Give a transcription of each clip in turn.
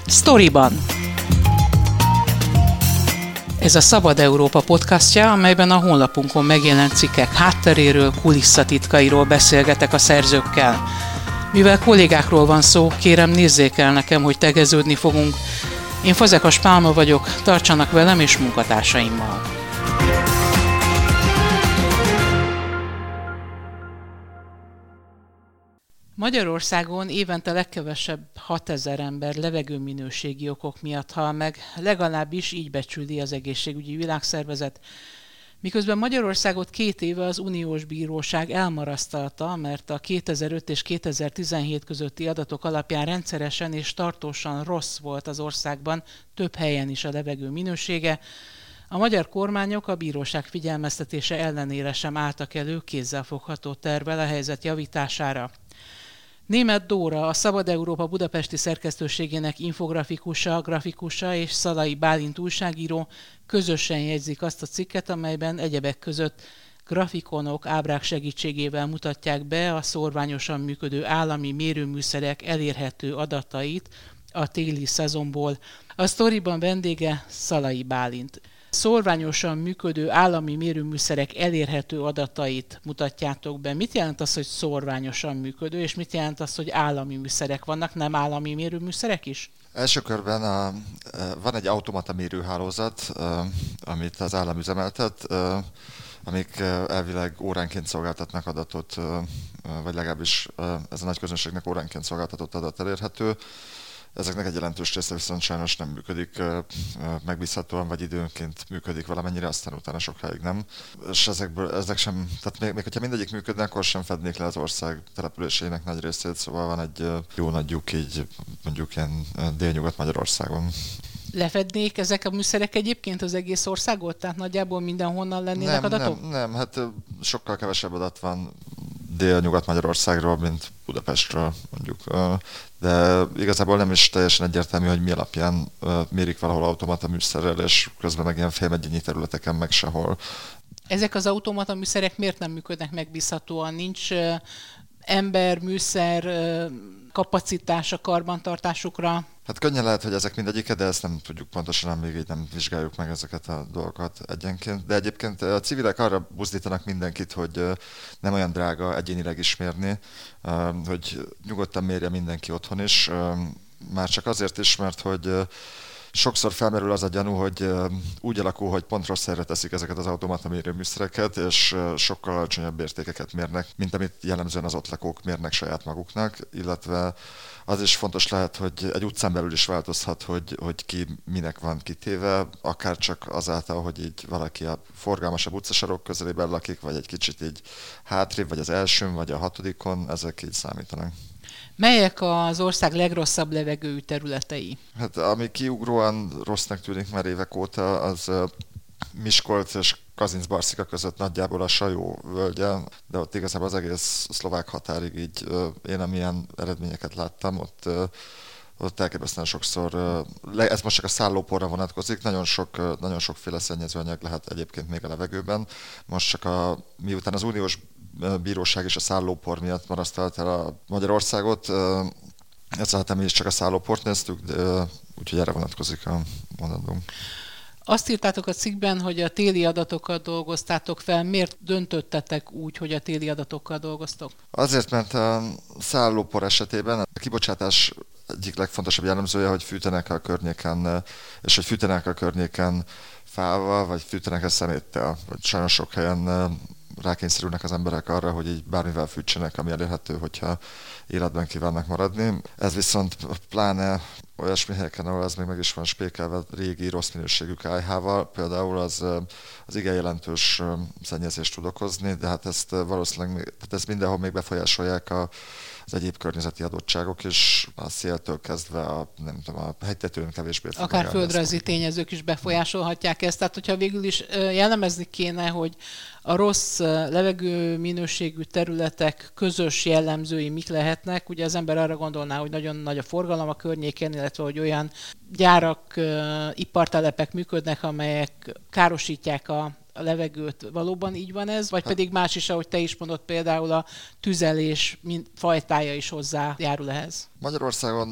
Sztoriban. Ez a Szabad Európa podcastja, amelyben a honlapunkon megjelent cikkek hátteréről, kulisszatitkairól beszélgetek a szerzőkkel. Mivel kollégákról van szó, kérem nézzék el nekem, hogy tegeződni fogunk. Én Fazekas Pálma vagyok, tartsanak velem és munkatársaimmal. Magyarországon évente legkevesebb 6000 ember levegőminőségi okok miatt hal meg, legalábbis így becsüli az Egészségügyi Világszervezet. Miközben Magyarországot 2 éve az Uniós Bíróság elmarasztalta, mert a 2005 és 2017 közötti adatok alapján rendszeresen és tartósan rossz volt az országban, több helyen is a levegő minősége, a magyar kormányok a bíróság figyelmeztetése ellenére sem álltak elő kézzelfogható tervvel a helyzet javítására. Németh Dóra, a Szabad Európa budapesti szerkesztőségének infografikusa, grafikusa és Szalai Bálint újságíró közösen jegyzik azt a cikket, amelyben egyebek között grafikonok, ábrák segítségével mutatják be a szórványosan működő állami mérőműszerek elérhető adatait a téli szezonból. A sztoriban vendége Szalai Bálint. Szórványosan működő állami mérőműszerek elérhető adatait mutatjátok be. Mit jelent az, hogy szórványosan működő, és mit jelent az, hogy állami műszerek vannak, nem állami mérőműszerek is? Első körben van egy automata mérőhálózat, amit az állam üzemeltet, amik elvileg óránként szolgáltatnak adatot, vagy legalábbis ez a nagy közönségnek óránként szolgáltatott adat elérhető. Ezeknek egy jelentős része viszont sajnos nem működik megbízhatóan, vagy időnként működik valamennyire, aztán utána sokáig nem. És ezek sem, tehát még hogyha mindegyik működne, akkor sem fednék le az ország településeinek nagy részét, szóval van egy jó nagy lyuk így mondjuk ilyen Délnyugat-Magyarországon. Lefednék ezek a műszerek egyébként az egész országot? Tehát nagyjából mindenhonnan lennének adatok? Nem, hát sokkal kevesebb adat van Dél-Nyugat-Magyarországról, mint Budapestről mondjuk. De igazából nem is teljesen egyértelmű, hogy mi alapján mérik valahol automata műszerrel, és közben meg ilyen félmegyényi területeken meg sehol. Ezek az automata műszerek miért nem működnek megbízhatóan? Nincs ember, műszer, kapacitás a karbantartásukra? Hát könnyen lehet, hogy ezek mindegyike, de ezt nem tudjuk pontosan, amíg így nem vizsgáljuk meg ezeket a dolgokat egyenként. De egyébként a civilek arra buzdítanak mindenkit, hogy nem olyan drága egyénileg is mérni, hogy nyugodtan mérje mindenki otthon is. Már csak azért is, mert hogy sokszor felmerül az a gyanú, hogy úgy alakul, hogy pont rossz helyre teszik ezeket az automata mérőműszereket, és sokkal alacsonyabb értékeket mérnek, mint amit jellemzően az ott lakók mérnek saját maguknak, illetve az is fontos lehet, hogy egy utcán belül is változhat, hogy ki minek van kitéve, akár csak azáltal, hogy így valaki a forgalmasabb utcasarok közelében lakik, vagy egy kicsit így hátrébb, vagy az elsőn, vagy a 6. ezek így számítanak. Melyek az ország legrosszabb levegőjű területei? Hát ami kiugróan rossznak tűnik már évek óta, az Miskolc és Kazincbarszika között nagyjából a Sajó völgye, de ott igazából az egész szlovák határig így én amilyen eredményeket láttam, ott elképesztően sokszor, ez most csak a szállóporra vonatkozik, nagyon sokféle szennyezőanyag lehet egyébként még a levegőben. Most csak miután az Uniós Bíróság és a szállópor miatt marasztalt el a Magyarországot, ezáltal mi is csak a szállóport néztük, úgyhogy erre vonatkozik a mondatom. Azt írtátok a cikkben, hogy a téli adatokat dolgoztátok fel. Miért döntöttetek úgy, hogy a téli adatokkal dolgoztok? Azért, mert a szállópor esetében a kibocsátás egyik legfontosabb jellemzője, hogy fűtenek a környéken, és hogy fűtenek a környéken fával, vagy fűtenek a szeméttel. Sajnos sok helyen rákényszerülnek az emberek arra, hogy így bármivel fűtsenek, ami elérhető, hogyha életben kívánnak maradni. Ez viszont pláne olyasmi helyeken, ahol ez még meg is van spékelve régi rossz minőségű kályhával, például az igen jelentős szennyezést tud okozni, de hát ezt valószínűleg tehát ezt mindenhol még befolyásolják az egyéb környezeti adottságok is, a széltől kezdve a hegytetőn kevésbé. Akár földrajzi tényezők is befolyásolhatják ezt. Tehát, hogyha végül is jellemezni kéne, hogy a rossz levegő minőségű területek közös jellemzői mik lehetnek, ugye az ember arra gondolná, hogy nagyon nagy a forgalom a környéken, illetve hogy olyan gyárak, ipartelepek működnek, amelyek károsítják a levegőt. Valóban így van ez? Vagy pedig más is, ahogy te is mondod, például a tüzelés fajtája is hozzájárul ehhez? Magyarországon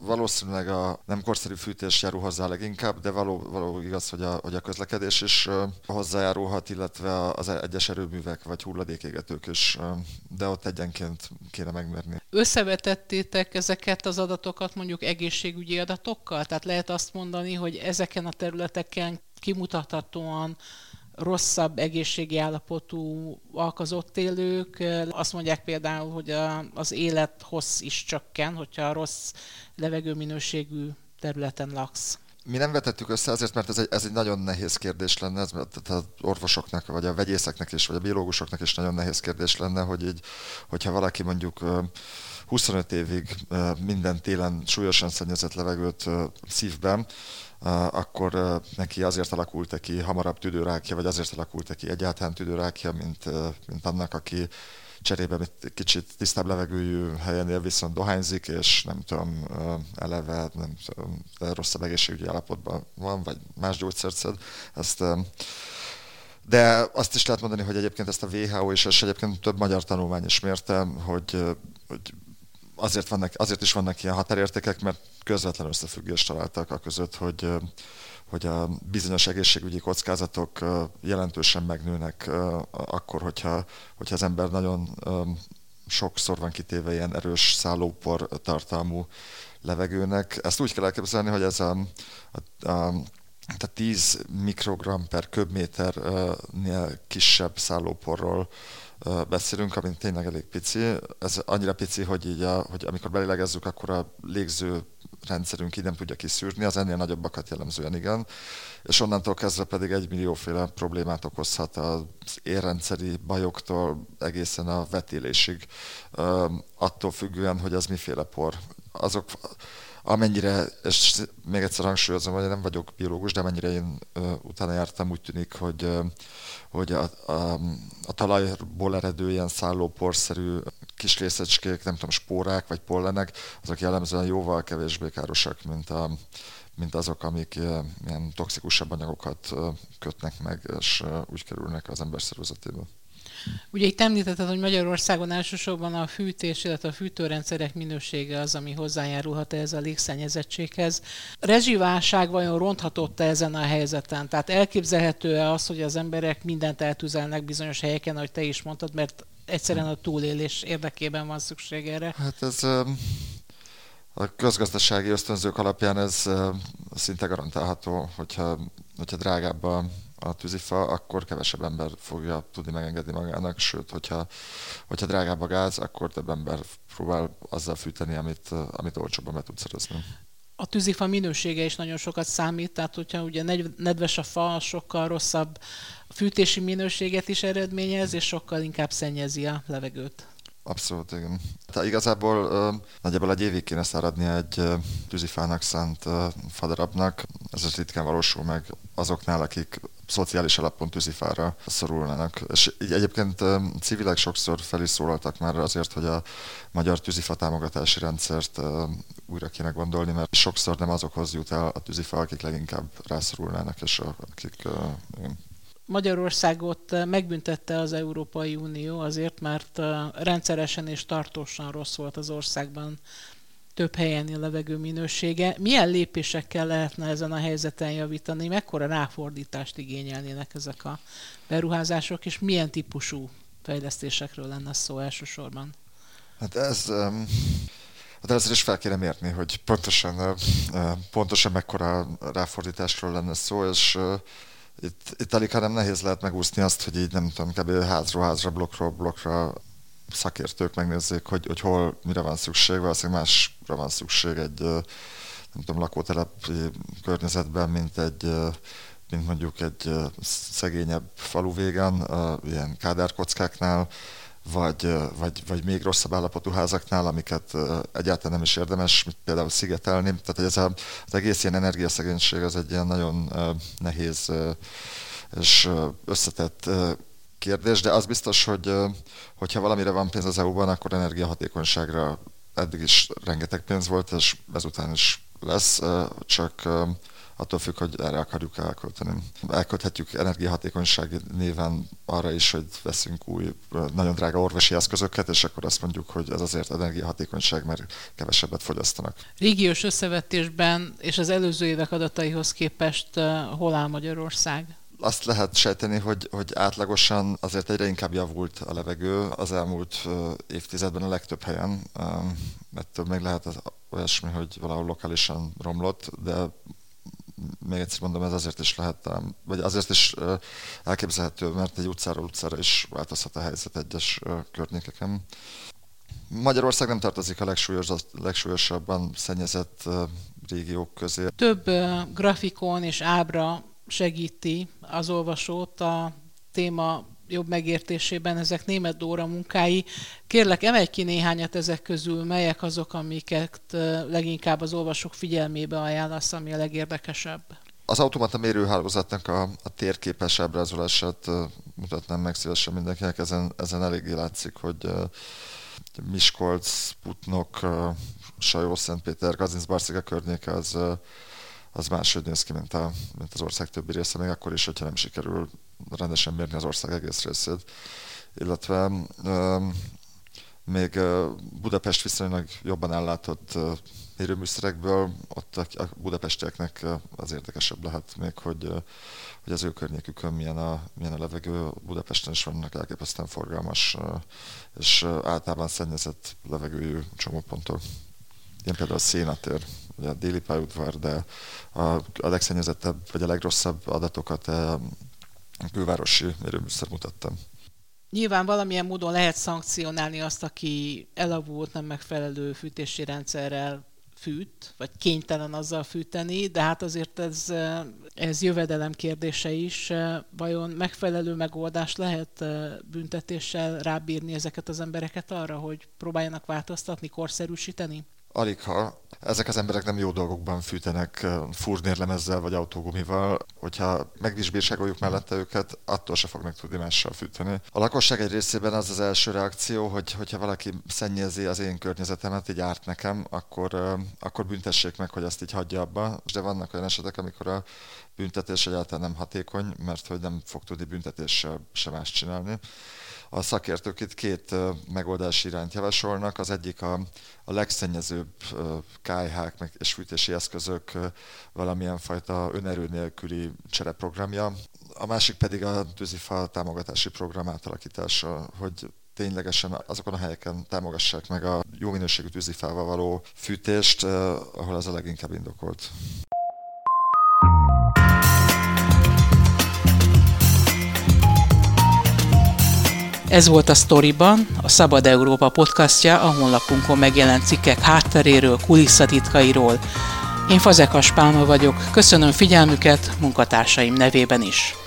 valószínűleg a nem korszerű fűtés járul hozzá leginkább, de való igaz, hogy a közlekedés is hozzájárulhat, illetve az egyes erőművek vagy hulladékégetők is, de ott egyenként kéne megmérni. Összevetettétek ezeket az adatokat mondjuk egészségügyi adatokkal? Tehát lehet azt mondani, hogy ezeken a területeken kimutathatóan rosszabb egészségi állapotúak az ott élők. Azt mondják például, hogy az élethossz is csökken, hogyha rossz levegőminőségű területen laksz. Mi nem vetettük össze azért, mert ez egy nagyon nehéz kérdés lenne, tehát az orvosoknak, vagy a vegyészeknek is, vagy a biológusoknak is nagyon nehéz kérdés lenne, hogyha valaki mondjuk 25 évig minden télen súlyosan szennyezett levegőt szívben, akkor neki azért alakult ki hamarabb tüdőrákja, vagy azért alakult ki egyáltalán tüdőrákja, mint annak, aki cserébe kicsit tisztább levegőjű helyen él, viszont dohányzik, és nem tudom, eleve nem tudom, rosszabb egészségügyi állapotban van, vagy más gyógyszert szed. De azt is lehet mondani, hogy egyébként ezt a WHO és egyébként több magyar tanulmány is mérte, hogy azért is vannak ilyen határértékek, mert közvetlen összefüggést találtak a között, hogy a bizonyos egészségügyi kockázatok jelentősen megnőnek akkor, hogyha az ember nagyon sokszor van kitéve ilyen erős szállópor tartalmú levegőnek. Ezt úgy kell elképzelni, hogy ez a 10 mikrogram per köbméternél kisebb szállóporról beszélünk, ami tényleg elég pici. Ez annyira pici, hogy hogy amikor belélegezzük, akkor a légző rendszerünk így nem tudja kiszűrni, az ennél nagyobbakat jellemzően igen, és onnantól kezdve pedig 1 millióféle problémát okozhat az érrendszeri bajoktól egészen a vetélésig, attól függően, hogy az miféle por. Azok, amennyire, és még egyszer hangsúlyozom, hogy nem vagyok biológus, de amennyire én utána jártam, úgy tűnik, hogy a talajból eredő ilyen szállóporszerű kis részecskék, nem tudom, spórák vagy pollenek, azok jellemzően jóval kevésbé károsak, mint azok, amik ilyen toxikusabb anyagokat kötnek meg, és úgy kerülnek az ember szervezetébe. Ugye itt említetted, hogy Magyarországon elsősorban a fűtés, illetve a fűtőrendszerek minősége az, ami hozzájárulhat ez a légszennyezettséghez. Rezsiválság vajon ronthatott-e ezen a helyzeten? Tehát elképzelhető-e az, hogy az emberek mindent eltűzelnek bizonyos helyeken, ahogy te is mondtad, mert egyszerűen a túlélés érdekében van szükség erre? Hát ez a közgazdasági ösztönzők alapján ez szinte garantálható, hogyha drágább a tűzifa, akkor kevesebb ember fogja tudni megengedni magának, sőt, hogyha drágább a gáz, akkor több ember próbál azzal fűteni, amit olcsóbban be tud szerezni. A tűzifa minősége is nagyon sokat számít, tehát hogyha ugye nedves a fa, sokkal rosszabb fűtési minőséget is eredményez, és sokkal inkább szennyezi a levegőt. Abszolút, igen. Tehát igazából nagyjából egy évig kéne száradni egy tűzifának szánt fadarabnak. Ez ritkán valósul meg azoknál, akik szociális alapon tűzifára szorulnának. És így egyébként civilek sokszor fel is szólaltak már azért, hogy a magyar tűzifa támogatási rendszert újra kéne gondolni, mert sokszor nem azokhoz jut el a tűzifa, akik leginkább rászorulnának, és akik... Magyarországot megbüntette az Európai Unió azért, mert rendszeresen és tartósan rossz volt az országban több helyen a levegő minősége. Milyen lépésekkel lehetne ezen a helyzeten javítani? Mekkora ráfordítást igényelnének ezek a beruházások, és milyen típusú fejlesztésekről lenne szó elsősorban? Hát először is fel kéne mérni, hogy pontosan mekkora ráfordításról lenne szó, és itt alig, hanem nehéz lehet megúszni azt, hogy így nem tudom, kb. Házról házra, blokkról blokkra szakértők megnézzék, hogy hol mire van szükség, valószínűleg másra van szükség egy nem tudom, lakótelep környezetben, mint mondjuk egy szegényebb falu végen, ilyen kádárkockáknál, vagy még rosszabb állapotú házaknál, amiket egyáltalán nem is érdemes, például szigetelni. Tehát hogy ez az egész ilyen energiaszegénység az egy ilyen nagyon nehéz és összetett kérdés, de az biztos, hogyha valamire van pénz az EU-ban, akkor energiahatékonyságra eddig is rengeteg pénz volt, és ezután is lesz, csak attól függ, hogy erre akarjuk elkölteni. Elkölthetjük energiahatékonysági néven arra is, hogy veszünk új, nagyon drága orvosi eszközöket, és akkor azt mondjuk, hogy ez azért energiahatékonyság, mert kevesebbet fogyasztanak. Régiós összevetésben és az előző évek adataihoz képest hol áll Magyarország? Azt lehet sejteni, hogy átlagosan azért egyre inkább javult a levegő az elmúlt évtizedben a legtöbb helyen. Ettől még lehet olyasmi, hogy valahol lokálisan romlott, de még egyszer mondom, ez azért is lehet, vagy azért is elképzelhető, mert egy utcáról utcára is változhat a helyzet egyes környékeken. Magyarország nem tartozik a legsúlyosabban szennyezett régiók közé. Több grafikon és ábra segíti az olvasót a téma jobb megértésében, ezek Németh Dóra munkái. Kérlek, emelj ki néhányat ezek közül, melyek azok, amiket leginkább az olvasók figyelmébe ajánlasz, ami a legérdekesebb? Az automata mérőhálózatnak a térképes ábrázolását mutatnám meg szívesen mindenkinek, ezen eléggé látszik, hogy Miskolc, Putnok, Sajó-Szentpéter, Kazincbarcika környéke az máshogy néz ki, mint az ország többi része, még akkor is, hogyha nem sikerül rendesen mérni az ország egész részét. Illetve még Budapest viszonylag jobban ellátott mérőműszerekből, ott a budapestieknek az érdekesebb lehet még, hogy az ő környékükön milyen a levegő. Budapesten is vannak elképesztően forgalmas és általában szennyezett levegőjű csomópontok. Ilyen például a Szénatér, vagy a Déli pályaudvar, de a legszennyezettebb, vagy a legrosszabb adatokat a külvárosi mérőműszer mutatta. Nyilván valamilyen módon lehet szankcionálni azt, aki elavult, nem megfelelő fűtési rendszerrel fűt, vagy kénytelen azzal fűteni, de hát azért ez jövedelem kérdése is. Vajon megfelelő megoldást lehet büntetéssel rábírni ezeket az embereket arra, hogy próbáljanak változtatni, korszerűsíteni? Aligha. Ezek az emberek nem jó dolgokban fűtenek furnérlemezzel vagy autógumival. Hogyha meg is bírságoljuk mellette őket, attól se fognak tudni mással fűteni. A lakosság egy részében az első reakció, hogyha valaki szennyezi az én környezetemet, így árt nekem, akkor büntessék meg, hogy azt így hagyja abba. De vannak olyan esetek, amikor a büntetés egyáltalán nem hatékony, mert hogy nem fog tudni büntetéssel se más csinálni. A szakértők itt két megoldási irányt javasolnak. Az egyik a legszennyezőbb kályhák és fűtési eszközök valamilyen fajta önerő nélküli csereprogramja. A másik pedig a tűzifa támogatási program átalakítása, hogy ténylegesen azokon a helyeken támogassák meg a jó minőségű tűzifával való fűtést, ahol ez a leginkább indokolt. Ez volt a Sztoriban, a Szabad Európa podcastja, a honlapunkon megjelent cikkek hátteréről, kulisszatitkairól. Én Fazekas Pálma vagyok, köszönöm figyelmüket munkatársaim nevében is.